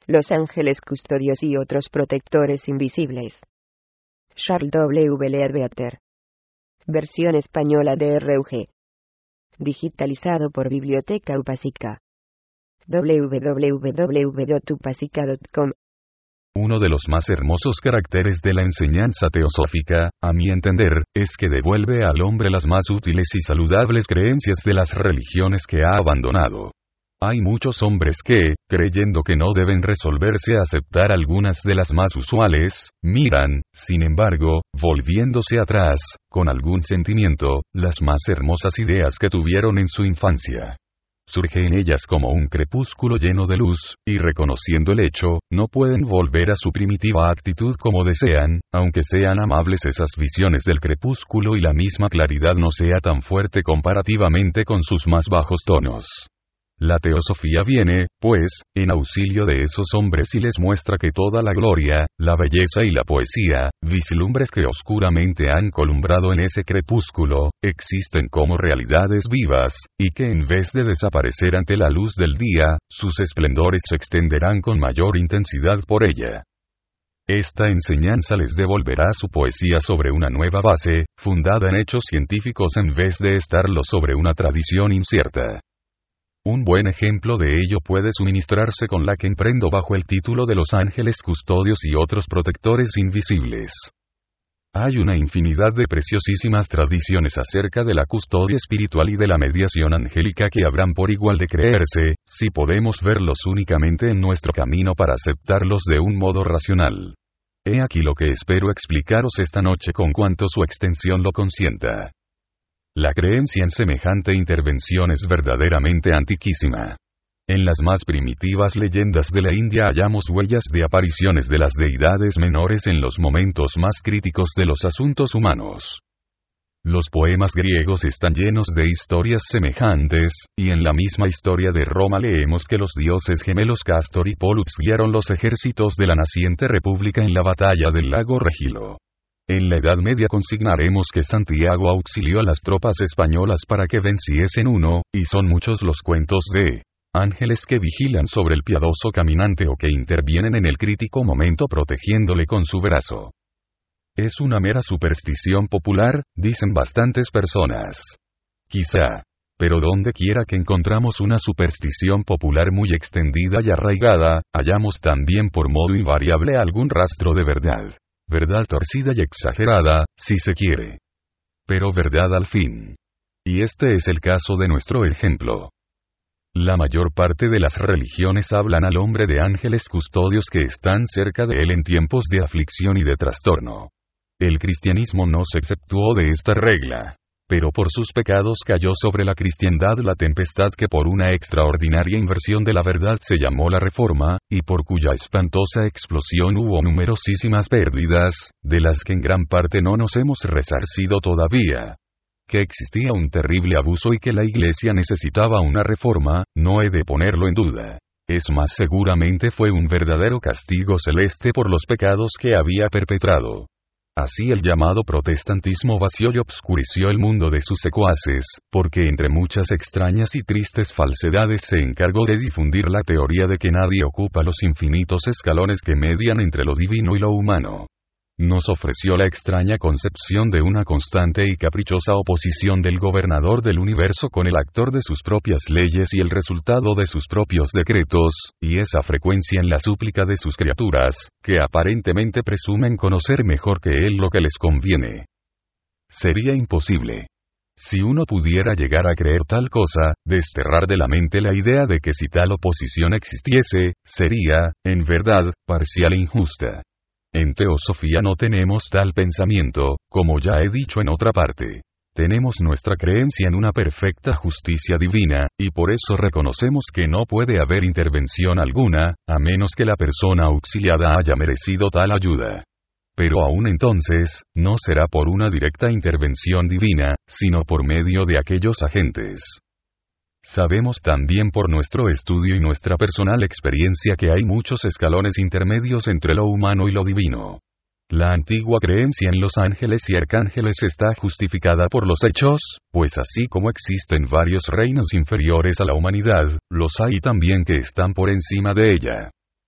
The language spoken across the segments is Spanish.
Los ángeles custodios y otros protectores invisibles. Charles W. Leadbeater. Versión española de RUG. Digitalizado por Biblioteca Upasica. www.upasica.com. Uno de los más hermosos caracteres de la enseñanza teosófica, a mi entender, es que devuelve al hombre las más útiles y saludables creencias de las religiones que ha abandonado. Hay muchos hombres que, creyendo que no deben resolverse a aceptar algunas de las más usuales, miran, sin embargo, volviéndose atrás, con algún sentimiento, las más hermosas ideas que tuvieron en su infancia. Surge en ellas como un crepúsculo lleno de luz, y reconociendo el hecho, no pueden volver a su primitiva actitud como desean, aunque sean amables esas visiones del crepúsculo y la misma claridad no sea tan fuerte comparativamente con sus más bajos tonos. La teosofía viene, pues, en auxilio de esos hombres y les muestra que toda la gloria, la belleza y la poesía, vislumbres que oscuramente han columbrado en ese crepúsculo, existen como realidades vivas, y que en vez de desaparecer ante la luz del día, sus esplendores se extenderán con mayor intensidad por ella. Esta enseñanza les devolverá su poesía sobre una nueva base, fundada en hechos científicos en vez de estarlo sobre una tradición incierta. Un buen ejemplo de ello puede suministrarse con la que emprendo bajo el título de Los ángeles custodios y otros protectores invisibles. Hay una infinidad de preciosísimas tradiciones acerca de la custodia espiritual y de la mediación angélica que habrán por igual de creerse, si podemos verlos únicamente en nuestro camino para aceptarlos de un modo racional. He aquí lo que espero explicaros esta noche con cuanto su extensión lo consienta. La creencia en semejante intervención es verdaderamente antiquísima. En las más primitivas leyendas de la India hallamos huellas de apariciones de las deidades menores en los momentos más críticos de los asuntos humanos. Los poemas griegos están llenos de historias semejantes, y en la misma historia de Roma leemos que los dioses gemelos Castor y Pólux guiaron los ejércitos de la naciente república en la batalla del lago Regilo. En la Edad Media consignaremos que Santiago auxilió a las tropas españolas para que venciesen uno, y son muchos los cuentos de ángeles que vigilan sobre el piadoso caminante o que intervienen en el crítico momento protegiéndole con su brazo. Es una mera superstición popular, dicen bastantes personas. Quizá. Pero donde quiera que encontramos una superstición popular muy extendida y arraigada, hallamos también por modo invariable algún rastro de verdad. Verdad torcida y exagerada, si se quiere. Pero verdad al fin. Y este es el caso de nuestro ejemplo. La mayor parte de las religiones hablan al hombre de ángeles custodios que están cerca de él en tiempos de aflicción y de trastorno. El cristianismo no se exceptuó de esta regla. Pero por sus pecados cayó sobre la cristiandad la tempestad que por una extraordinaria inversión de la verdad se llamó la Reforma, y por cuya espantosa explosión hubo numerosísimas pérdidas, de las que en gran parte no nos hemos resarcido todavía. Que existía un terrible abuso y que la Iglesia necesitaba una reforma, no he de ponerlo en duda. Es más, seguramente fue un verdadero castigo celeste por los pecados que había perpetrado. Así el llamado protestantismo vació y obscureció el mundo de sus secuaces, porque entre muchas extrañas y tristes falsedades se encargó de difundir la teoría de que nadie ocupa los infinitos escalones que median entre lo divino y lo humano. Nos ofreció la extraña concepción de una constante y caprichosa oposición del gobernador del universo con el actor de sus propias leyes y el resultado de sus propios decretos, y esa frecuencia en la súplica de sus criaturas, que aparentemente presumen conocer mejor que él lo que les conviene. Sería imposible. Si uno pudiera llegar a creer tal cosa, desterrar de la mente la idea de que si tal oposición existiese, sería, en verdad, parcial e injusta. En teosofía no tenemos tal pensamiento, como ya he dicho en otra parte. Tenemos nuestra creencia en una perfecta justicia divina, y por eso reconocemos que no puede haber intervención alguna, a menos que la persona auxiliada haya merecido tal ayuda. Pero aún entonces, no será por una directa intervención divina, sino por medio de aquellos agentes. Sabemos también por nuestro estudio y nuestra personal experiencia que hay muchos escalones intermedios entre lo humano y lo divino. La antigua creencia en los ángeles y arcángeles está justificada por los hechos, pues así como existen varios reinos inferiores a la humanidad, los hay también que están por encima de ella.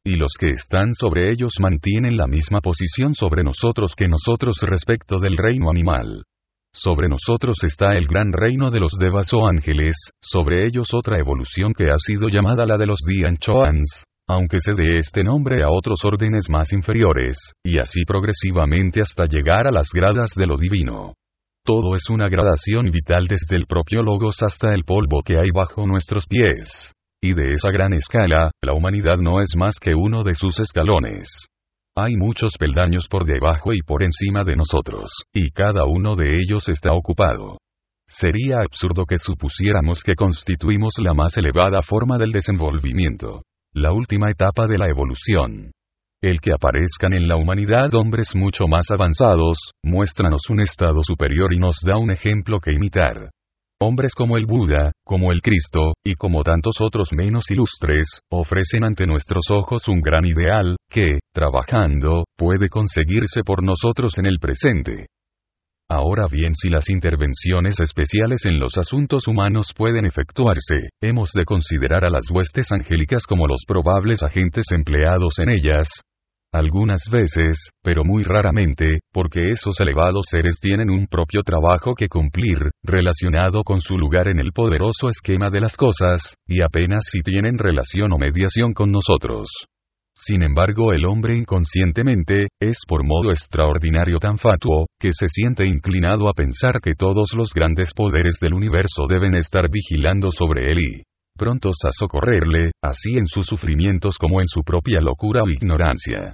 y los que están sobre ellos mantienen la misma posición sobre nosotros que nosotros respecto del reino animal. Sobre nosotros está el gran reino de los devas o ángeles, sobre ellos otra evolución que ha sido llamada la de los Dianchoans, aunque se dé este nombre a otros órdenes más inferiores, y así progresivamente hasta llegar a las gradas de lo divino. Todo es una gradación vital desde el propio Logos hasta el polvo que hay bajo nuestros pies. Y de esa gran escala, la humanidad no es más que uno de sus escalones. Hay muchos peldaños por debajo y por encima de nosotros, y cada uno de ellos está ocupado. Sería absurdo que supusiéramos que constituimos la más elevada forma del desenvolvimiento, la última etapa de la evolución. El que aparezcan en la humanidad hombres mucho más avanzados, muéstranos un estado superior y nos da un ejemplo que imitar. Hombres como el Buda, como el Cristo, y como tantos otros menos ilustres, ofrecen ante nuestros ojos un gran ideal, que, trabajando, puede conseguirse por nosotros en el presente. Ahora bien, si las intervenciones especiales en los asuntos humanos pueden efectuarse, hemos de considerar a las huestes angélicas como los probables agentes empleados en ellas. Algunas veces, pero muy raramente, porque esos elevados seres tienen un propio trabajo que cumplir, relacionado con su lugar en el poderoso esquema de las cosas, y apenas si tienen relación o mediación con nosotros. Sin embargo, el hombre inconscientemente, es por modo extraordinario tan fatuo, que se siente inclinado a pensar que todos los grandes poderes del universo deben estar vigilando sobre él y prontos a socorrerle, así en sus sufrimientos como en su propia locura o ignorancia.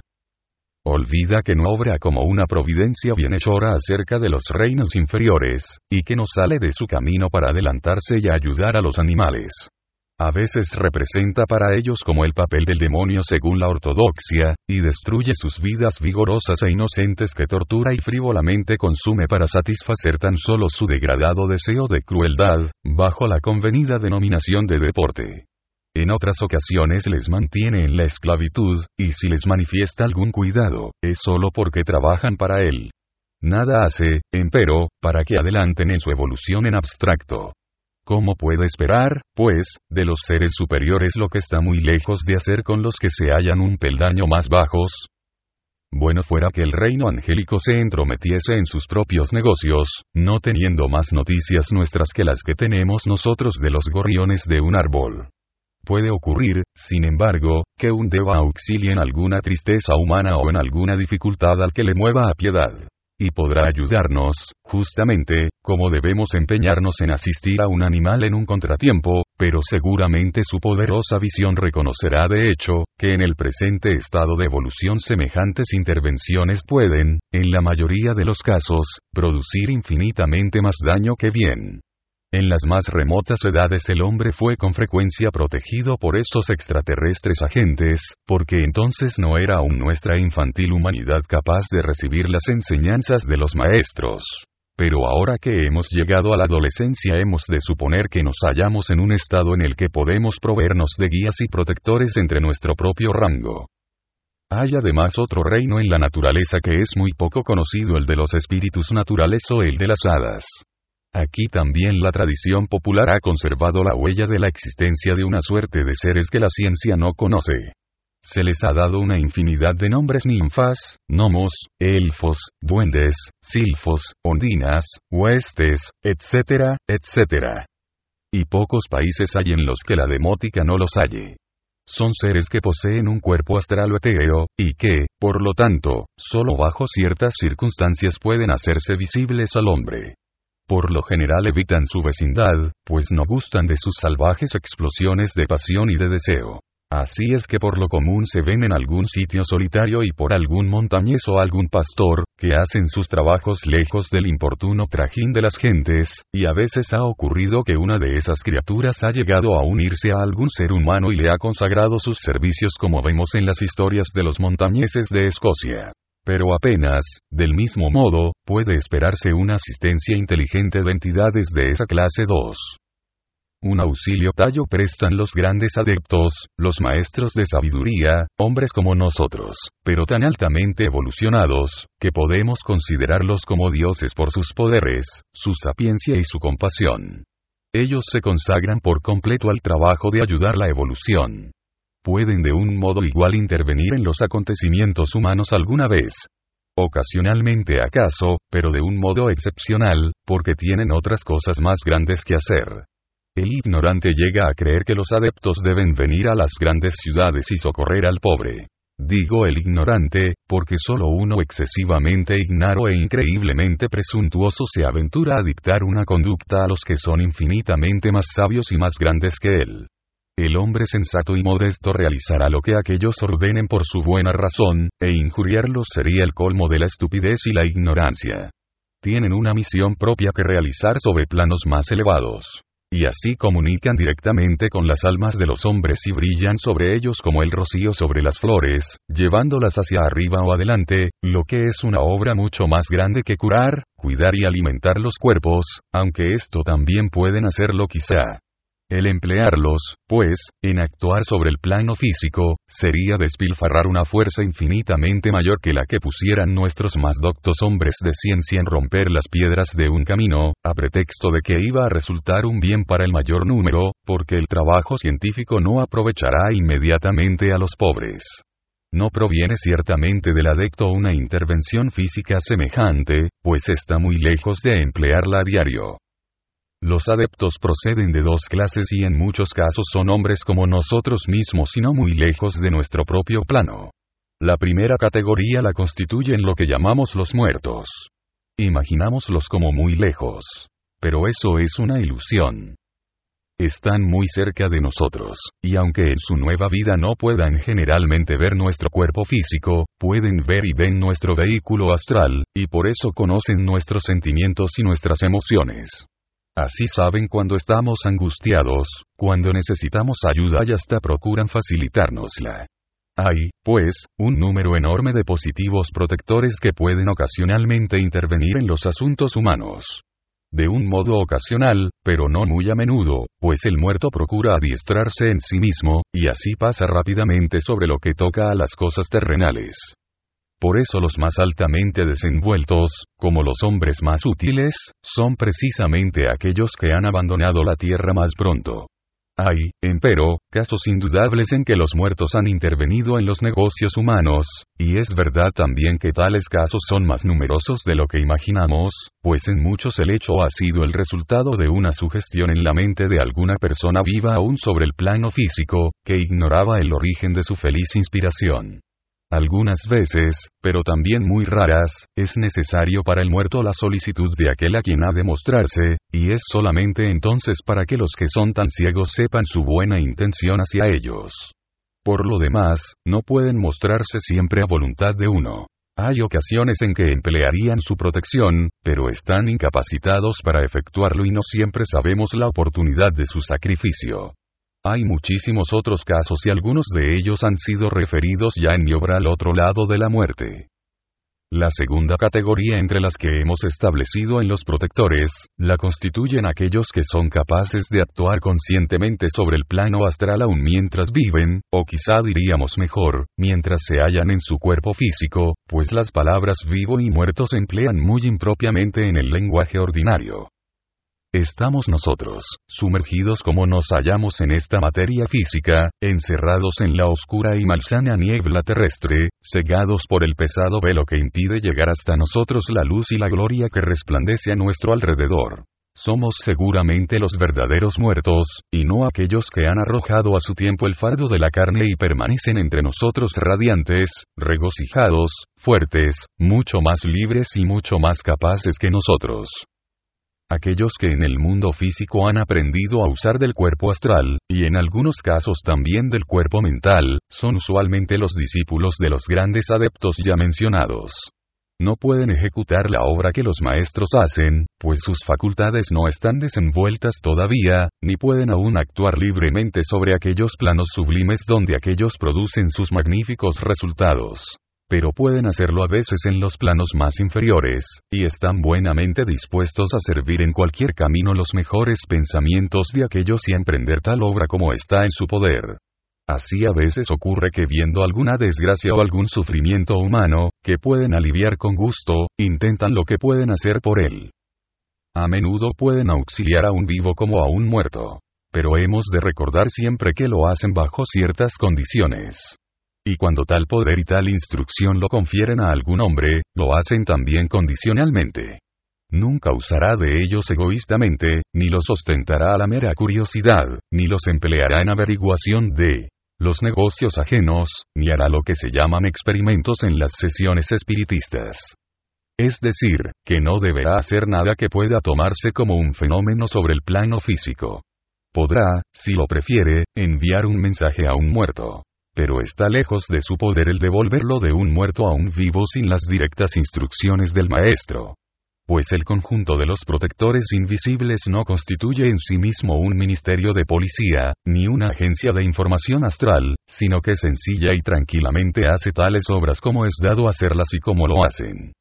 Olvida que no obra como una providencia bienhechora acerca de los reinos inferiores, y que no sale de su camino para adelantarse y ayudar a los animales. A veces representa para ellos como el papel del demonio según la ortodoxia, y destruye sus vidas vigorosas e inocentes que tortura y frívolamente consume para satisfacer tan solo su degradado deseo de crueldad, bajo la convenida denominación de deporte. En otras ocasiones les mantiene en la esclavitud, y si les manifiesta algún cuidado, es solo porque trabajan para él. Nada hace, empero, para que adelanten en su evolución en abstracto. ¿Cómo puede esperar, pues, de los seres superiores lo que está muy lejos de hacer con los que se hallan un peldaño más bajos? Bueno fuera que el reino angélico se entrometiese en sus propios negocios, no teniendo más noticias nuestras que las que tenemos nosotros de los gorriones de un árbol. Puede ocurrir, sin embargo, que un deva auxilie en alguna tristeza humana o en alguna dificultad al que le mueva a piedad. Y podrá ayudarnos, justamente, como debemos empeñarnos en asistir a un animal en un contratiempo, pero seguramente su poderosa visión reconocerá de hecho, que en el presente estado de evolución semejantes intervenciones pueden, en la mayoría de los casos, producir infinitamente más daño que bien. En las más remotas edades el hombre fue con frecuencia protegido por estos extraterrestres agentes, porque entonces no era aún nuestra infantil humanidad capaz de recibir las enseñanzas de los maestros. Pero ahora que hemos llegado a la adolescencia hemos de suponer que nos hallamos en un estado en el que podemos proveernos de guías y protectores entre nuestro propio rango. Hay además otro reino en la naturaleza que es muy poco conocido, el de los espíritus naturales o el de las hadas. Aquí también la tradición popular ha conservado la huella de la existencia de una suerte de seres que la ciencia no conoce. Se les ha dado una infinidad de nombres: ninfas, gnomos, elfos, duendes, silfos, ondinas, huestes, etcétera, etcétera. Y pocos países hay en los que la demótica no los halle. Son seres que poseen un cuerpo astral o etéreo, y que, por lo tanto, solo bajo ciertas circunstancias pueden hacerse visibles al hombre. Por lo general evitan su vecindad, pues no gustan de sus salvajes explosiones de pasión y de deseo. Así es que por lo común se ven en algún sitio solitario y por algún montañés o algún pastor, que hacen sus trabajos lejos del importuno trajín de las gentes, y a veces ha ocurrido que una de esas criaturas ha llegado a unirse a algún ser humano y le ha consagrado sus servicios, como vemos en las historias de los montañeses de Escocia. Pero apenas, del mismo modo, puede esperarse una asistencia inteligente de entidades de esa clase 2. Un auxilio tallo prestan los grandes adeptos, los maestros de sabiduría, hombres como nosotros, pero tan altamente evolucionados, que podemos considerarlos como dioses por sus poderes, su sapiencia y su compasión. Ellos se consagran por completo al trabajo de ayudar la evolución. pueden de un modo igual intervenir en los acontecimientos humanos alguna vez. Ocasionalmente acaso, pero de un modo excepcional, porque tienen otras cosas más grandes que hacer. El ignorante llega a creer que los adeptos deben venir a las grandes ciudades y socorrer al pobre. Digo el ignorante, porque solo uno excesivamente ignaro e increíblemente presuntuoso se aventura a dictar una conducta a los que son infinitamente más sabios y más grandes que él. El hombre sensato y modesto realizará lo que aquellos ordenen por su buena razón, e injuriarlos sería el colmo de la estupidez y la ignorancia. Tienen una misión propia que realizar sobre planos más elevados. Y así comunican directamente con las almas de los hombres y brillan sobre ellos como el rocío sobre las flores, llevándolas hacia arriba o adelante, lo que es una obra mucho más grande que curar, cuidar y alimentar los cuerpos, aunque esto también pueden hacerlo quizá. El emplearlos, pues, en actuar sobre el plano físico, sería despilfarrar una fuerza infinitamente mayor que la que pusieran nuestros más doctos hombres de ciencia en romper las piedras de un camino, a pretexto de que iba a resultar un bien para el mayor número, porque el trabajo científico no aprovechará inmediatamente a los pobres. No proviene ciertamente del adepto una intervención física semejante, pues está muy lejos de emplearla a diario. Los adeptos proceden de dos clases y en muchos casos son hombres como nosotros mismos y no muy lejos de nuestro propio plano. La primera categoría la constituyen lo que llamamos los muertos. Imaginámoslos como muy lejos. Pero eso es una ilusión. Están muy cerca de nosotros, y aunque en su nueva vida no puedan generalmente ver nuestro cuerpo físico, pueden ver y ven nuestro vehículo astral, y por eso conocen nuestros sentimientos y nuestras emociones. Así saben cuando estamos angustiados, cuando necesitamos ayuda y hasta procuran facilitárnosla. Hay, pues, un número enorme de positivos protectores que pueden ocasionalmente intervenir en los asuntos humanos. De un modo ocasional, pero no muy a menudo, pues el muerto procura adiestrarse en sí mismo, y así pasa rápidamente sobre lo que toca a las cosas terrenales. Por eso los más altamente desenvueltos, como los hombres más útiles, son precisamente aquellos que han abandonado la tierra más pronto. Hay, empero, casos indudables en que los muertos han intervenido en los negocios humanos, y es verdad también que tales casos son más numerosos de lo que imaginamos, pues en muchos el hecho ha sido el resultado de una sugestión en la mente de alguna persona viva aún sobre el plano físico, que ignoraba el origen de su feliz inspiración. Algunas veces, pero también muy raras, es necesario para el muerto la solicitud de aquel a quien ha de mostrarse, y es solamente entonces para que los que son tan ciegos sepan su buena intención hacia ellos. Por lo demás, no pueden mostrarse siempre a voluntad de uno. Hay ocasiones en que emplearían su protección, pero están incapacitados para efectuarlo y no siempre sabemos la oportunidad de su sacrificio. Hay muchísimos otros casos y algunos de ellos han sido referidos ya en mi obra Al otro lado de la muerte. La segunda categoría entre las que hemos establecido en los protectores, la constituyen aquellos que son capaces de actuar conscientemente sobre el plano astral aún mientras viven, o quizá diríamos mejor, mientras se hallan en su cuerpo físico, pues las palabras vivo y muerto se emplean muy impropiamente en el lenguaje ordinario. Estamos nosotros, sumergidos como nos hallamos en esta materia física, encerrados en la oscura y malsana niebla terrestre, cegados por el pesado velo que impide llegar hasta nosotros la luz y la gloria que resplandece a nuestro alrededor. Somos seguramente los verdaderos muertos, y no aquellos que han arrojado a su tiempo el fardo de la carne y permanecen entre nosotros radiantes, regocijados, fuertes, mucho más libres y mucho más capaces que nosotros. Aquellos que en el mundo físico han aprendido a usar del cuerpo astral, y en algunos casos también del cuerpo mental, son usualmente los discípulos de los grandes adeptos ya mencionados. No pueden ejecutar la obra que los maestros hacen, pues sus facultades no están desenvueltas todavía, ni pueden aún actuar libremente sobre aquellos planos sublimes donde aquellos producen sus magníficos resultados. Pero pueden hacerlo a veces en los planos más inferiores, y están buenamente dispuestos a servir en cualquier camino los mejores pensamientos de aquellos y a emprender tal obra como está en su poder. Así a veces ocurre que viendo alguna desgracia o algún sufrimiento humano, que pueden aliviar con gusto, intentan lo que pueden hacer por él. A menudo pueden auxiliar a un vivo como a un muerto. Pero hemos de recordar siempre que lo hacen bajo ciertas condiciones. Y cuando tal poder y tal instrucción lo confieren a algún hombre, lo hacen también condicionalmente. Nunca usará de ellos egoístamente, ni los ostentará a la mera curiosidad, ni los empleará en averiguación de los negocios ajenos, ni hará lo que se llaman experimentos en las sesiones espiritistas. Es decir, que no deberá hacer nada que pueda tomarse como un fenómeno sobre el plano físico. Podrá, si lo prefiere, enviar un mensaje a un muerto. Pero está lejos de su poder el devolverlo de un muerto a un vivo sin las directas instrucciones del maestro. Pues el conjunto de los protectores invisibles no constituye en sí mismo un ministerio de policía, ni una agencia de información astral, sino que sencilla y tranquilamente hace tales obras como es dado hacerlas y como lo hacen.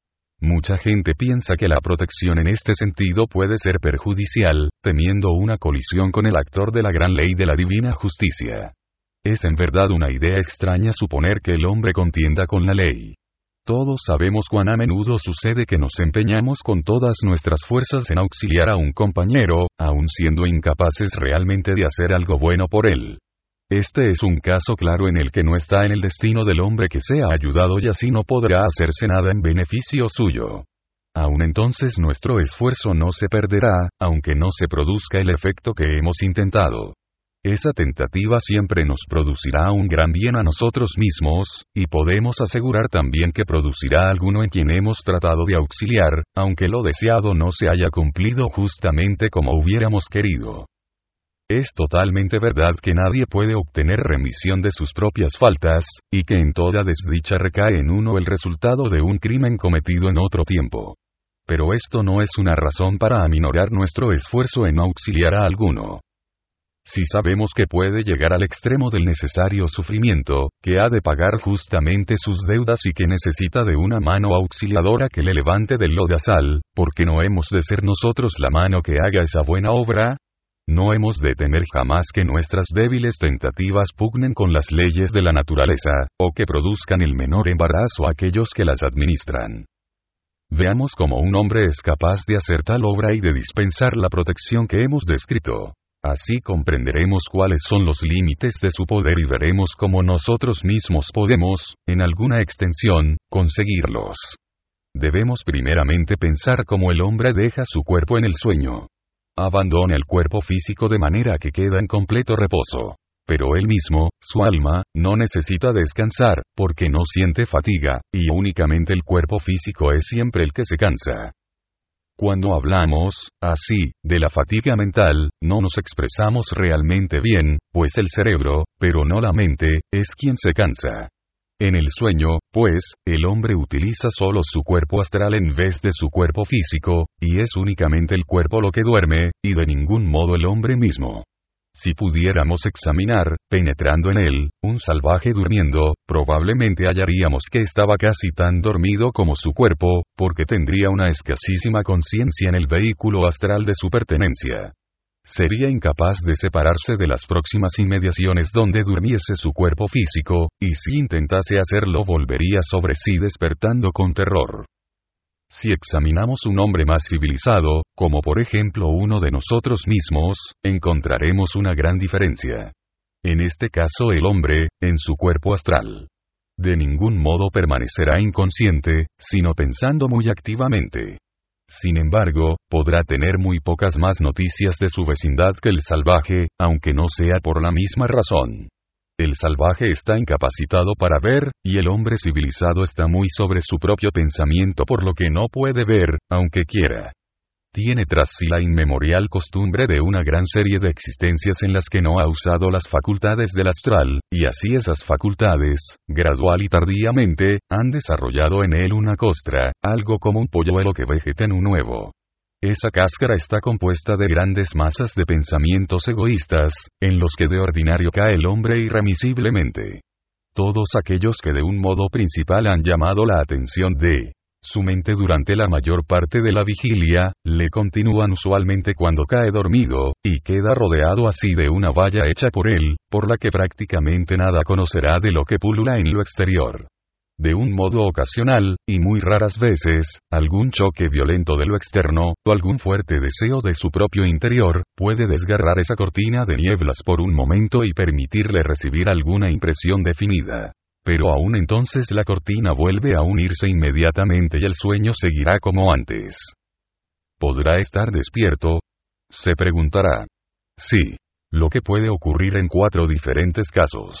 Mucha gente piensa que la protección en este sentido puede ser perjudicial, temiendo una colisión con el actor de la gran ley de la divina justicia. Es en verdad una idea extraña suponer que el hombre contienda con la ley. Todos sabemos cuán a menudo sucede que nos empeñamos con todas nuestras fuerzas en auxiliar a un compañero, aun siendo incapaces realmente de hacer algo bueno por él. Este es un caso claro en el que no está en el destino del hombre que sea ayudado y así no podrá hacerse nada en beneficio suyo. Aun entonces nuestro esfuerzo no se perderá, aunque no se produzca el efecto que hemos intentado. Esa tentativa siempre nos producirá un gran bien a nosotros mismos, y podemos asegurar también que producirá alguno en quien hemos tratado de auxiliar, aunque lo deseado no se haya cumplido justamente como hubiéramos querido. Es totalmente verdad que nadie puede obtener remisión de sus propias faltas, y que en toda desdicha recae en uno el resultado de un crimen cometido en otro tiempo. Pero esto no es una razón para aminorar nuestro esfuerzo en auxiliar a alguno. Si sabemos que puede llegar al extremo del necesario sufrimiento, que ha de pagar justamente sus deudas y que necesita de una mano auxiliadora que le levante del lodazal, ¿por qué no hemos de ser nosotros la mano que haga esa buena obra? No hemos de temer jamás que nuestras débiles tentativas pugnen con las leyes de la naturaleza, o que produzcan el menor embarazo a aquellos que las administran. Veamos cómo un hombre es capaz de hacer tal obra y de dispensar la protección que hemos descrito. Así comprenderemos cuáles son los límites de su poder y veremos cómo nosotros mismos podemos, en alguna extensión, conseguirlos. Debemos primeramente pensar cómo el hombre deja su cuerpo en el sueño. Abandona el cuerpo físico de manera que queda en completo reposo. Pero él mismo, su alma, no necesita descansar, porque no siente fatiga, y únicamente el cuerpo físico es siempre el que se cansa. Cuando hablamos, así, de la fatiga mental, no nos expresamos realmente bien, pues el cerebro, pero no la mente, es quien se cansa. En el sueño, pues, el hombre utiliza solo su cuerpo astral en vez de su cuerpo físico, y es únicamente el cuerpo lo que duerme, y de ningún modo el hombre mismo. Si pudiéramos examinar, penetrando en él, un salvaje durmiendo, probablemente hallaríamos que estaba casi tan dormido como su cuerpo, porque tendría una escasísima conciencia en el vehículo astral de su pertenencia. Sería incapaz de separarse de las próximas inmediaciones donde durmiese su cuerpo físico, y si intentase hacerlo volvería sobre sí despertando con terror. Si examinamos un hombre más civilizado, como por ejemplo uno de nosotros mismos, encontraremos una gran diferencia. En este caso el hombre, en su cuerpo astral, de ningún modo permanecerá inconsciente, sino pensando muy activamente. Sin embargo, podrá tener muy pocas más noticias de su vecindad que el salvaje, aunque no sea por la misma razón. El salvaje está incapacitado para ver, y el hombre civilizado está muy sobre su propio pensamiento por lo que no puede ver, aunque quiera. Tiene tras sí la inmemorial costumbre de una gran serie de existencias en las que no ha usado las facultades del astral, y así esas facultades, gradual y tardíamente, han desarrollado en él una costra, algo como un polluelo que vegeta en un huevo. Esa cáscara está compuesta de grandes masas de pensamientos egoístas, en los que de ordinario cae el hombre irremisiblemente. Todos aquellos que de un modo principal han llamado la atención de su mente durante la mayor parte de la vigilia, le continúan usualmente cuando cae dormido, y queda rodeado así de una valla hecha por él, por la que prácticamente nada conocerá de lo que pulula en lo exterior. De un modo ocasional, y muy raras veces, algún choque violento de lo externo, o algún fuerte deseo de su propio interior, puede desgarrar esa cortina de nieblas por un momento y permitirle recibir alguna impresión definida. Pero aún entonces la cortina vuelve a unirse inmediatamente y el sueño seguirá como antes. ¿Podrá estar despierto? Se preguntará. Sí. Lo que puede ocurrir en 4 diferentes casos.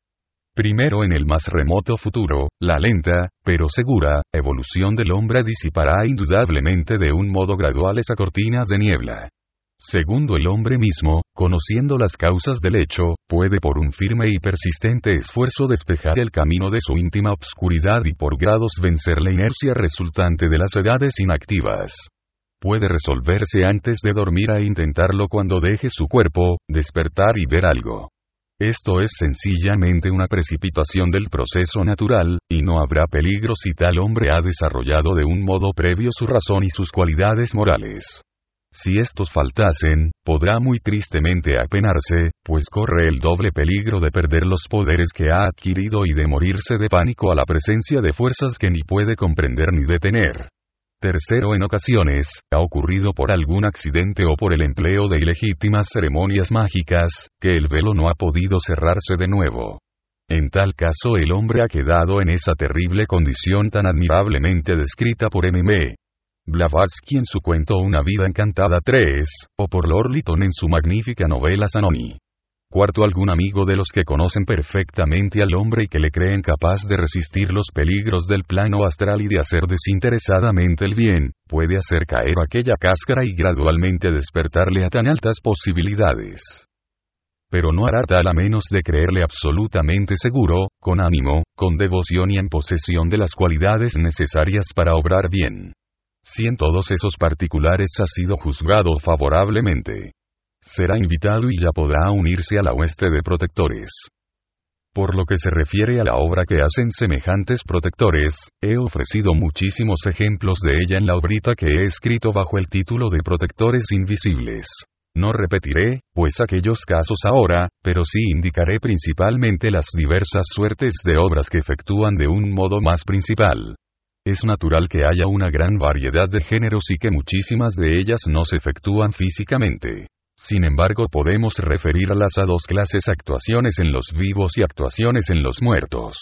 Primero, en el más remoto futuro, la lenta, pero segura, evolución del hombre disipará indudablemente de un modo gradual esa cortina de niebla. Segundo, el hombre mismo, conociendo las causas del hecho, puede por un firme y persistente esfuerzo despejar el camino de su íntima obscuridad y por grados vencer la inercia resultante de las edades inactivas. Puede resolverse antes de dormir a intentarlo cuando deje su cuerpo, despertar y ver algo. Esto es sencillamente una precipitación del proceso natural, y no habrá peligro si tal hombre ha desarrollado de un modo previo su razón y sus cualidades morales. Si estos faltasen, podrá muy tristemente apenarse, pues corre el doble peligro de perder los poderes que ha adquirido y de morirse de pánico a la presencia de fuerzas que ni puede comprender ni detener. Tercero, en ocasiones, ha ocurrido por algún accidente o por el empleo de ilegítimas ceremonias mágicas, que el velo no ha podido cerrarse de nuevo. En tal caso el hombre ha quedado en esa terrible condición tan admirablemente descrita por M.M. Blavatsky en su cuento Una vida encantada 3, o por Lord Lytton en su magnífica novela Zanoni. Cuarto, algún amigo de los que conocen perfectamente al hombre y que le creen capaz de resistir los peligros del plano astral y de hacer desinteresadamente el bien, puede hacer caer aquella cáscara y gradualmente despertarle a tan altas posibilidades. Pero no hará tal a menos de creerle absolutamente seguro, con ánimo, con devoción y en posesión de las cualidades necesarias para obrar bien. Si en todos esos particulares ha sido juzgado favorablemente, será invitado y ya podrá unirse a la hueste de protectores. Por lo que se refiere a la obra que hacen semejantes protectores, he ofrecido muchísimos ejemplos de ella en la obrita que he escrito bajo el título de Protectores Invisibles. No repetiré, pues, aquellos casos ahora, pero sí indicaré principalmente las diversas suertes de obras que efectúan de un modo más principal. Es natural que haya una gran variedad de géneros y que muchísimas de ellas no se efectúan físicamente. Sin embargo, podemos referirlas a 2 clases: actuaciones en los vivos y actuaciones en los muertos.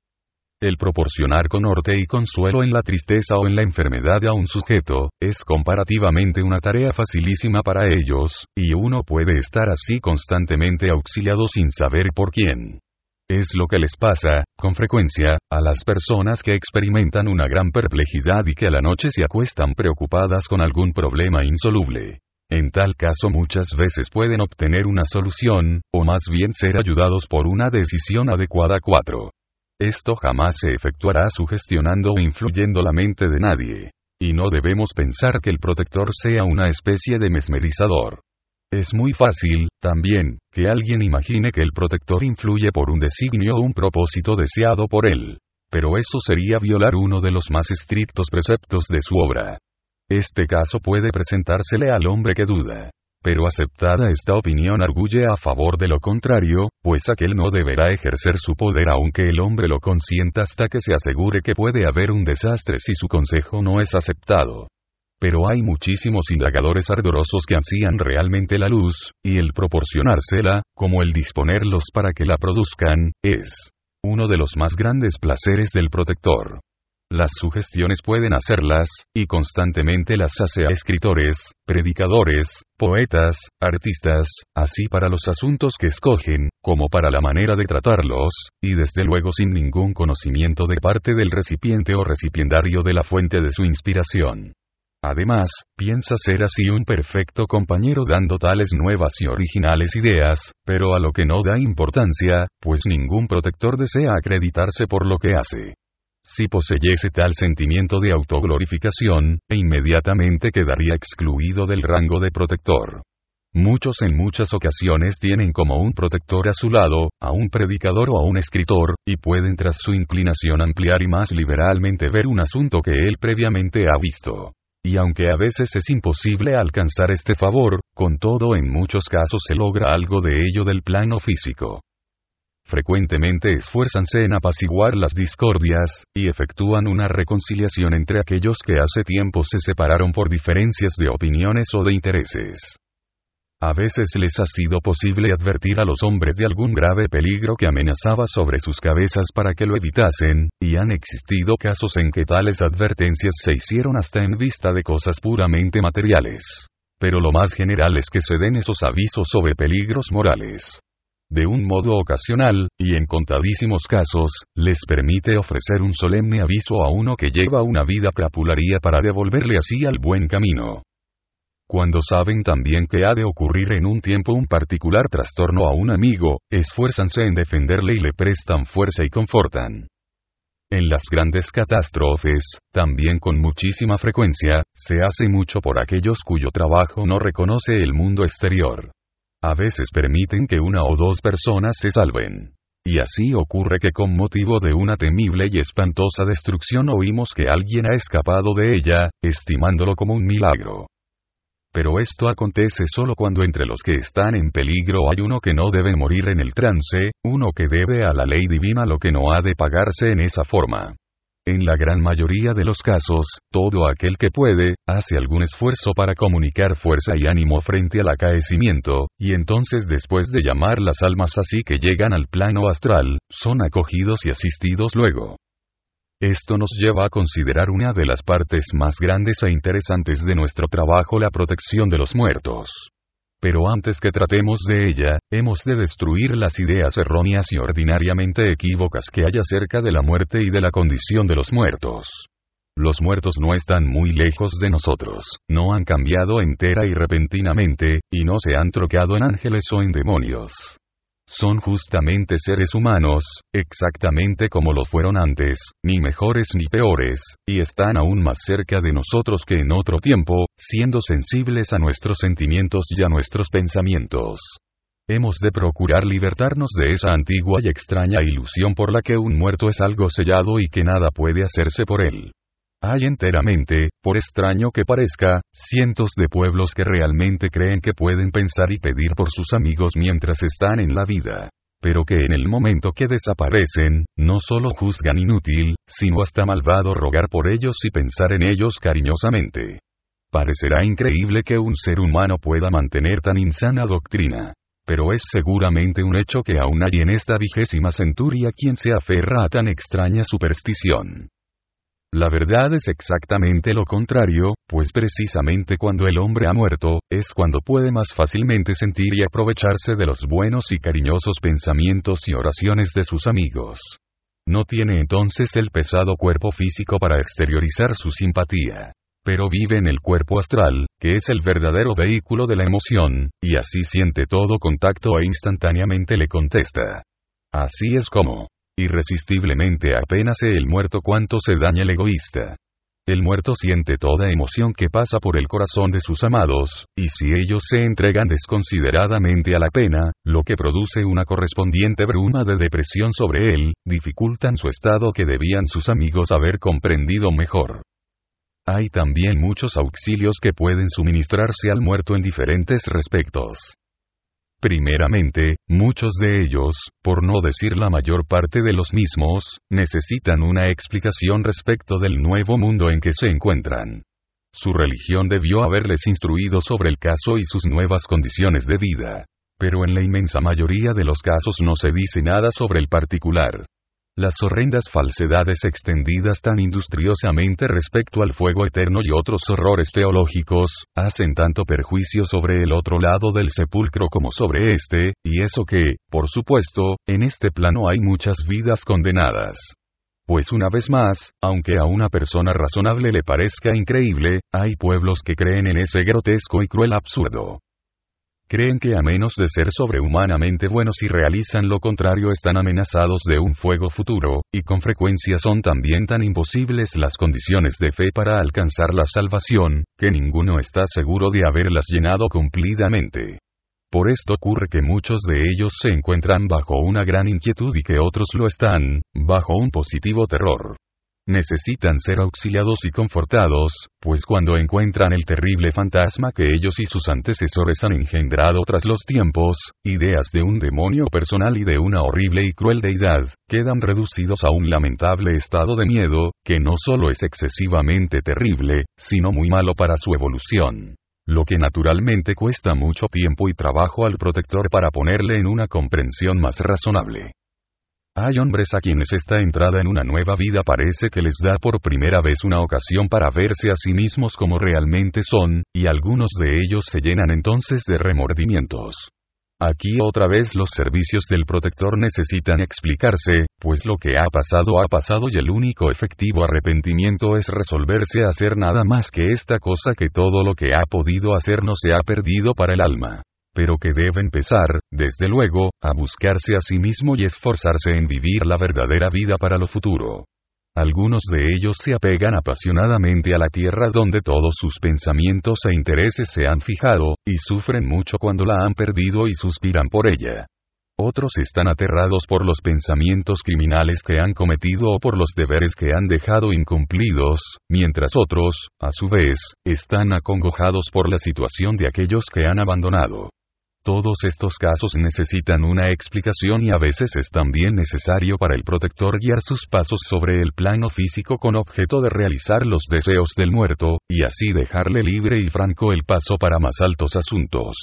El proporcionar conhorte y consuelo en la tristeza o en la enfermedad a un sujeto, es comparativamente una tarea facilísima para ellos, y uno puede estar así constantemente auxiliado sin saber por quién. Es lo que les pasa, con frecuencia, a las personas que experimentan una gran perplejidad y que a la noche se acuestan preocupadas con algún problema insoluble. En tal caso muchas veces pueden obtener una solución, o más bien ser ayudados por una decisión adecuada. 4. Esto jamás se efectuará sugestionando o influyendo la mente de nadie. Y no debemos pensar que el protector sea una especie de mesmerizador. Es muy fácil, también, que alguien imagine que el protector influye por un designio o un propósito deseado por él. Pero eso sería violar uno de los más estrictos preceptos de su obra. Este caso puede presentársele al hombre que duda. Pero aceptada esta opinión arguye a favor de lo contrario, pues aquel no deberá ejercer su poder aunque el hombre lo consienta hasta que se asegure que puede haber un desastre si su consejo no es aceptado. Pero hay muchísimos indagadores ardorosos que ansían realmente la luz, y el proporcionársela, como el disponerlos para que la produzcan, es uno de los más grandes placeres del protector. Las sugestiones pueden hacerlas, y constantemente las hace a escritores, predicadores, poetas, artistas, así para los asuntos que escogen, como para la manera de tratarlos, y desde luego sin ningún conocimiento de parte del recipiente o recipiendario de la fuente de su inspiración. Además, piensa ser así un perfecto compañero dando tales nuevas y originales ideas, pero a lo que no da importancia, pues ningún protector desea acreditarse por lo que hace. Si poseyese tal sentimiento de autoglorificación, inmediatamente quedaría excluido del rango de protector. Muchos en muchas ocasiones tienen como un protector a su lado, a un predicador o a un escritor, y pueden tras su inclinación ampliar y más liberalmente ver un asunto que él previamente ha visto. Y aunque a veces es imposible alcanzar este favor, con todo en muchos casos se logra algo de ello del plano físico. frecuentemente esfuérzanse en apaciguar las discordias, y efectúan una reconciliación entre aquellos que hace tiempo se separaron por diferencias de opiniones o de intereses. A veces les ha sido posible advertir a los hombres de algún grave peligro que amenazaba sobre sus cabezas para que lo evitasen, y han existido casos en que tales advertencias se hicieron hasta en vista de cosas puramente materiales. Pero lo más general es que se den esos avisos sobre peligros morales. De un modo ocasional, y en contadísimos casos, les permite ofrecer un solemne aviso a uno que lleva una vida crapularia para devolverle así al buen camino. Cuando saben también que ha de ocurrir en un tiempo un particular trastorno a un amigo, esfuérzanse en defenderle y le prestan fuerza y confortan. En las grandes catástrofes, también con muchísima frecuencia, se hace mucho por aquellos cuyo trabajo no reconoce el mundo exterior. A veces permiten que una o dos personas se salven. Y así ocurre que con motivo de una temible y espantosa destrucción oímos que alguien ha escapado de ella, estimándolo como un milagro. Pero esto acontece solo cuando entre los que están en peligro hay uno que no debe morir en el trance, uno que debe a la ley divina lo que no ha de pagarse en esa forma. En la gran mayoría de los casos, todo aquel que puede, hace algún esfuerzo para comunicar fuerza y ánimo frente al acaecimiento, y entonces después de llamar las almas así que llegan al plano astral, son acogidos y asistidos luego. Esto nos lleva a considerar una de las partes más grandes e interesantes de nuestro trabajo, la protección de los muertos. Pero antes que tratemos de ella, hemos de destruir las ideas erróneas y ordinariamente equívocas que hay acerca de la muerte y de la condición de los muertos. Los muertos no están muy lejos de nosotros, no han cambiado entera y repentinamente, y no se han trocado en ángeles o en demonios. Son justamente seres humanos, exactamente como lo fueron antes, ni mejores ni peores, y están aún más cerca de nosotros que en otro tiempo, siendo sensibles a nuestros sentimientos y a nuestros pensamientos. Hemos de procurar libertarnos de esa antigua y extraña ilusión por la que un muerto es algo sellado y que nada puede hacerse por él. Hay enteramente, por extraño que parezca, cientos de pueblos que realmente creen que pueden pensar y pedir por sus amigos mientras están en la vida, pero que en el momento que desaparecen, no solo juzgan inútil, sino hasta malvado rogar por ellos y pensar en ellos cariñosamente. Parecerá increíble que un ser humano pueda mantener tan insana doctrina. Pero es seguramente un hecho que aún hay en esta 20ª centuria quien se aferra a tan extraña superstición. La verdad es exactamente lo contrario, pues precisamente cuando el hombre ha muerto, es cuando puede más fácilmente sentir y aprovecharse de los buenos y cariñosos pensamientos y oraciones de sus amigos. No tiene entonces el pesado cuerpo físico para exteriorizar su simpatía. Pero vive en el cuerpo astral, que es el verdadero vehículo de la emoción, y así siente todo contacto e instantáneamente le contesta. Así es como, irresistiblemente apenas el muerto cuanto se daña el egoísta. El muerto siente toda emoción que pasa por el corazón de sus amados, y si ellos se entregan desconsideradamente a la pena, lo que produce una correspondiente bruma de depresión sobre él, dificultan su estado que debían sus amigos haber comprendido mejor. Hay también muchos auxilios que pueden suministrarse al muerto en diferentes respectos. Primeramente, muchos de ellos, por no decir la mayor parte de los mismos, necesitan una explicación respecto del nuevo mundo en que se encuentran. Su religión debió haberles instruido sobre el caso y sus nuevas condiciones de vida. Pero en la inmensa mayoría de los casos no se dice nada sobre el particular. Las horrendas falsedades extendidas tan industriosamente respecto al fuego eterno y otros horrores teológicos, hacen tanto perjuicio sobre el otro lado del sepulcro como sobre este, y eso que, por supuesto, en este plano hay muchas vidas condenadas. Pues una vez más, aunque a una persona razonable le parezca increíble, hay pueblos que creen en ese grotesco y cruel absurdo. Creen que a menos de ser sobrehumanamente buenos y realizan lo contrario están amenazados de un fuego futuro, y con frecuencia son también tan imposibles las condiciones de fe para alcanzar la salvación, que ninguno está seguro de haberlas llenado cumplidamente. Por esto ocurre que muchos de ellos se encuentran bajo una gran inquietud y que otros lo están, bajo un positivo terror. Necesitan ser auxiliados y confortados, pues cuando encuentran el terrible fantasma que ellos y sus antecesores han engendrado tras los tiempos, ideas de un demonio personal y de una horrible y cruel deidad, quedan reducidos a un lamentable estado de miedo, que no solo es excesivamente terrible, sino muy malo para su evolución. Lo que naturalmente cuesta mucho tiempo y trabajo al protector para ponerle en una comprensión más razonable. Hay hombres a quienes esta entrada en una nueva vida parece que les da por primera vez una ocasión para verse a sí mismos como realmente son, y algunos de ellos se llenan entonces de remordimientos. Aquí otra vez los servicios del protector necesitan explicarse, pues lo que ha pasado y el único efectivo arrepentimiento es resolverse a hacer nada más que esta cosa que todo lo que ha podido hacer no se ha perdido para el alma. Pero que debe empezar, desde luego, a buscarse a sí mismo y esforzarse en vivir la verdadera vida para lo futuro. Algunos de ellos se apegan apasionadamente a la tierra donde todos sus pensamientos e intereses se han fijado, y sufren mucho cuando la han perdido y suspiran por ella. Otros están aterrados por los pensamientos criminales que han cometido o por los deberes que han dejado incumplidos, mientras otros, a su vez, están acongojados por la situación de aquellos que han abandonado. Todos estos casos necesitan una explicación y a veces es también necesario para el protector guiar sus pasos sobre el plano físico con objeto de realizar los deseos del muerto, y así dejarle libre y franco el paso para más altos asuntos.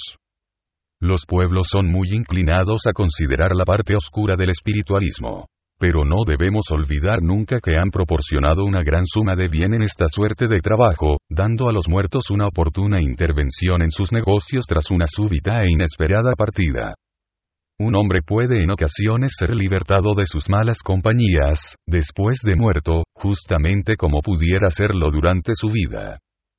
Los pueblos son muy inclinados a considerar la parte oscura del espiritualismo. Pero no debemos olvidar nunca que han proporcionado una gran suma de bien en esta suerte de trabajo, dando a los muertos una oportuna intervención en sus negocios tras una súbita e inesperada partida. Un hombre puede en ocasiones ser libertado de sus malas compañías, después de muerto, justamente como pudiera hacerlo durante su vida.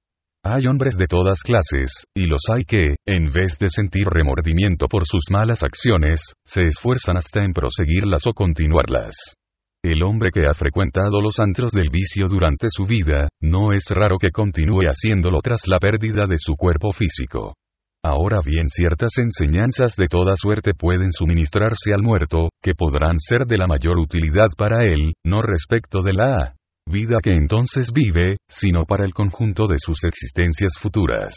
Hay hombres de todas clases, y los hay que, en vez de sentir remordimiento por sus malas acciones, se esfuerzan hasta en proseguirlas o continuarlas. El hombre que ha frecuentado los antros del vicio durante su vida, no es raro que continúe haciéndolo tras la pérdida de su cuerpo físico. Ahora bien, ciertas enseñanzas de toda suerte pueden suministrarse al muerto, que podrán ser de la mayor utilidad para él, no respecto de la vida que entonces vive, sino para el conjunto de sus existencias futuras.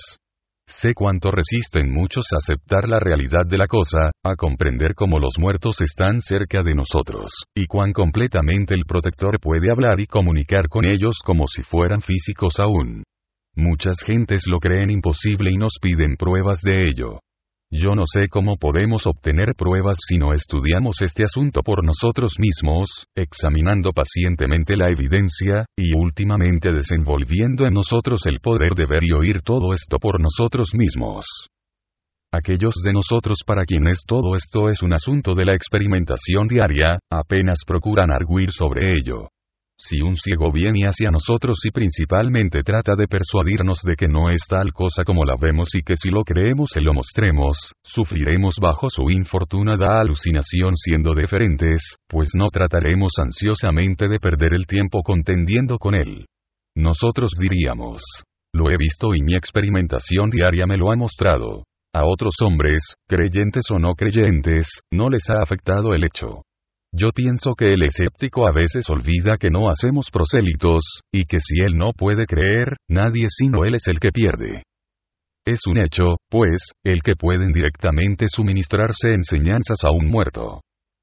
Sé cuánto resisten muchos a aceptar la realidad de la cosa, a comprender cómo los muertos están cerca de nosotros, y cuán completamente el protector puede hablar y comunicar con ellos como si fueran físicos aún. Muchas gentes lo creen imposible y nos piden pruebas de ello. Yo no sé cómo podemos obtener pruebas si no estudiamos este asunto por nosotros mismos, examinando pacientemente la evidencia, y últimamente desenvolviendo en nosotros el poder de ver y oír todo esto por nosotros mismos. Aquellos de nosotros para quienes todo esto es un asunto de la experimentación diaria, apenas procuran arguir sobre ello. Si un ciego viene hacia nosotros y principalmente trata de persuadirnos de que no es tal cosa como la vemos y que si lo creemos se lo mostremos, sufriremos bajo su infortunada alucinación siendo deferentes, pues no trataremos ansiosamente de perder el tiempo contendiendo con él. Nosotros diríamos: lo he visto y mi experimentación diaria me lo ha mostrado. A otros hombres, creyentes o no creyentes, no les ha afectado el hecho. Yo pienso que el escéptico a veces olvida que no hacemos prosélitos, y que si él no puede creer, nadie sino él es el que pierde. Es un hecho, pues, el que pueden directamente suministrarse enseñanzas a un muerto.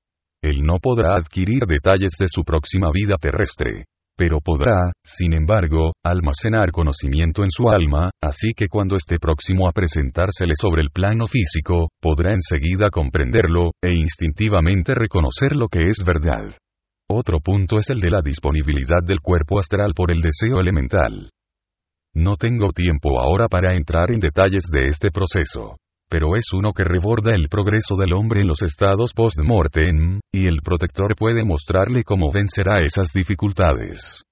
Él no podrá adquirir detalles de su próxima vida terrestre. Pero podrá, sin embargo, almacenar conocimiento en su alma, así que cuando esté próximo a presentársele sobre el plano físico, podrá enseguida comprenderlo, e instintivamente reconocer lo que es verdad. Otro punto es el de la disponibilidad del cuerpo astral por el deseo elemental. No tengo tiempo ahora para entrar en detalles de este proceso. Pero es uno que reborda el progreso del hombre en los estados post-mortem, y el protector puede mostrarle cómo vencerá esas dificultades.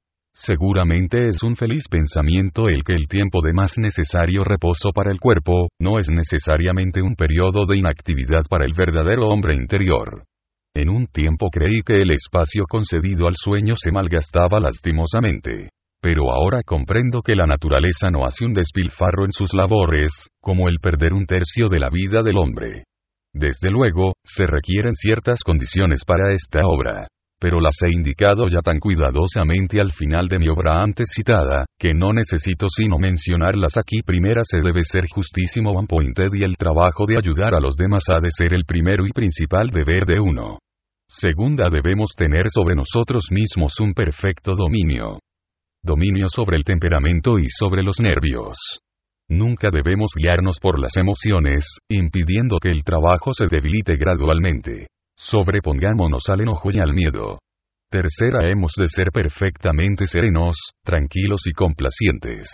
Seguramente es un feliz pensamiento el que el tiempo de más necesario reposo para el cuerpo, no es necesariamente un periodo de inactividad para el verdadero hombre interior. En un tiempo creí que el espacio concedido al sueño se malgastaba lastimosamente. Pero ahora comprendo que la naturaleza no hace un despilfarro en sus labores, como el perder un tercio de la vida del hombre. Desde luego, se requieren ciertas condiciones para esta obra. pero las he indicado ya tan cuidadosamente al final de mi obra antes citada, que no necesito sino mencionarlas aquí. Primera, se debe ser justísimo one pointed y el trabajo de ayudar a los demás ha de ser el primero y principal deber de uno. Segunda, debemos tener sobre nosotros mismos un perfecto dominio. Dominio sobre el temperamento y sobre los nervios. Nunca debemos guiarnos por las emociones, impidiendo que el trabajo se debilite gradualmente. Sobrepongámonos al enojo y al miedo. Tercera, hemos de ser perfectamente serenos, tranquilos y complacientes.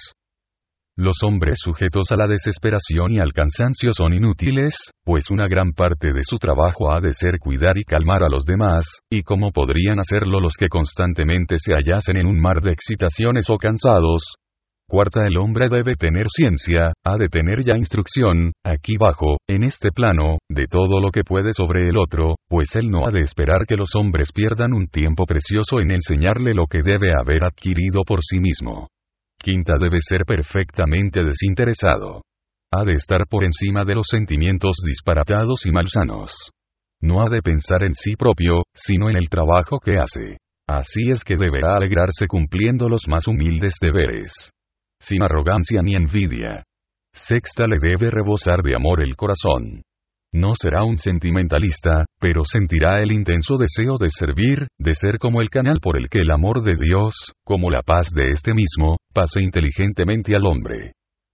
Los hombres sujetos a la desesperación y al cansancio son inútiles, pues una gran parte de su trabajo ha de ser cuidar y calmar a los demás, y cómo podrían hacerlo los que constantemente se hallasen en un mar de excitaciones o cansados. Cuarta, el hombre debe tener ciencia, ha de tener ya instrucción, aquí bajo, en este plano, de todo lo que puede sobre el otro, pues él no ha de esperar que los hombres pierdan un tiempo precioso en enseñarle lo que debe haber adquirido por sí mismo. Quinta, debe ser perfectamente desinteresado. Ha de estar por encima de los sentimientos disparatados y malsanos. No ha de pensar en sí propio, sino en el trabajo que hace. Así es que deberá alegrarse cumpliendo los más humildes deberes. Sin arrogancia ni envidia. Sexta, le debe rebosar de amor el corazón. No será un sentimentalista, pero sentirá el intenso deseo de servir, de ser como el canal por el que el amor de Dios, como la paz de este mismo, pase inteligentemente al hombre.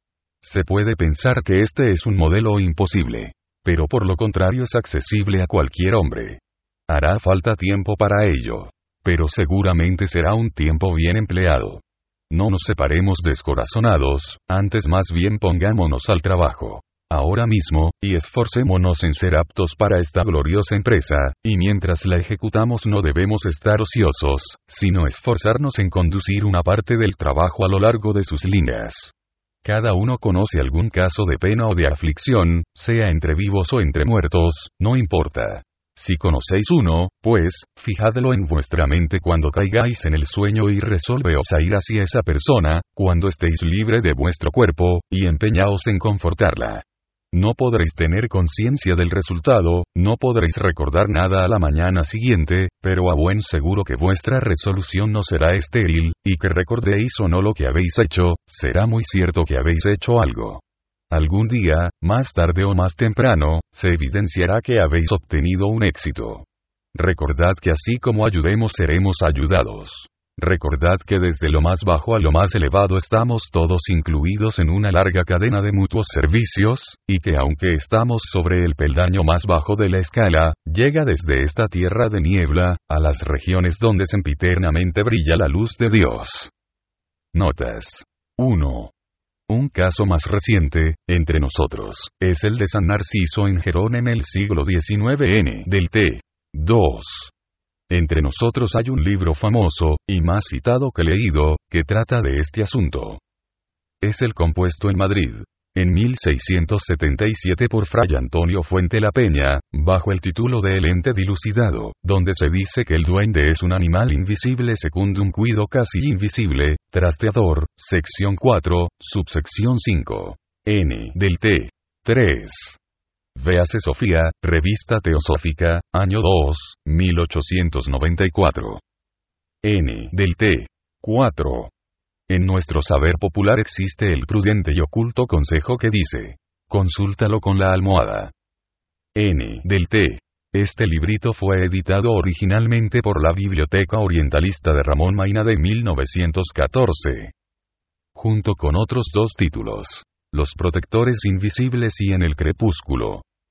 Se puede pensar que este es un modelo imposible, pero por lo contrario es accesible a cualquier hombre. Hará falta tiempo para ello, pero seguramente será un tiempo bien empleado. No nos separemos descorazonados, antes más bien pongámonos al trabajo. Ahora mismo, y esforcémonos en ser aptos para esta gloriosa empresa, y mientras la ejecutamos no debemos estar ociosos, sino esforzarnos en conducir una parte del trabajo a lo largo de sus líneas. Cada uno conoce algún caso de pena o de aflicción, sea entre vivos o entre muertos, no importa. Si conocéis uno, pues, fijadlo en vuestra mente cuando caigáis en el sueño y resolveos a ir hacia esa persona, cuando estéis libre de vuestro cuerpo, y empeñaos en confortarla. No podréis tener conciencia del resultado, no podréis recordar nada a la mañana siguiente, pero a buen seguro que vuestra resolución no será estéril, y que recordéis o no lo que habéis hecho, será muy cierto que habéis hecho algo. Algún día, más tarde o más temprano, se evidenciará que habéis obtenido un éxito. Recordad que así como ayudemos seremos ayudados. Recordad que desde lo más bajo a lo más elevado estamos todos incluidos en una larga cadena de mutuos servicios, y que aunque estamos sobre el peldaño más bajo de la escala, llega desde esta tierra de niebla, a las regiones donde sempiternamente brilla la luz de Dios. Notas. 1. Un caso más reciente, entre nosotros, es el de San Narciso en Gerón en el siglo XIX n. del t. 2. Entre nosotros hay un libro famoso, y más citado que leído, que trata de este asunto. Es el compuesto en Madrid, en 1677 por Fray Antonio Fuente la Peña, bajo el título de El ente dilucidado, donde se dice que el duende es un animal invisible secundum cuido casi invisible, trasteador, sección 4, subsección 5. N. del t. 3. Véase Sofía, Revista Teosófica, año 2, 1894. N. del t. 4. En nuestro saber popular existe el prudente y oculto consejo que dice: consúltalo con la almohada. N. del t. Este librito fue editado originalmente por la Biblioteca Orientalista de Ramón Maina de 1914. Junto con otros dos títulos: Los protectores invisibles y En el crepúsculo.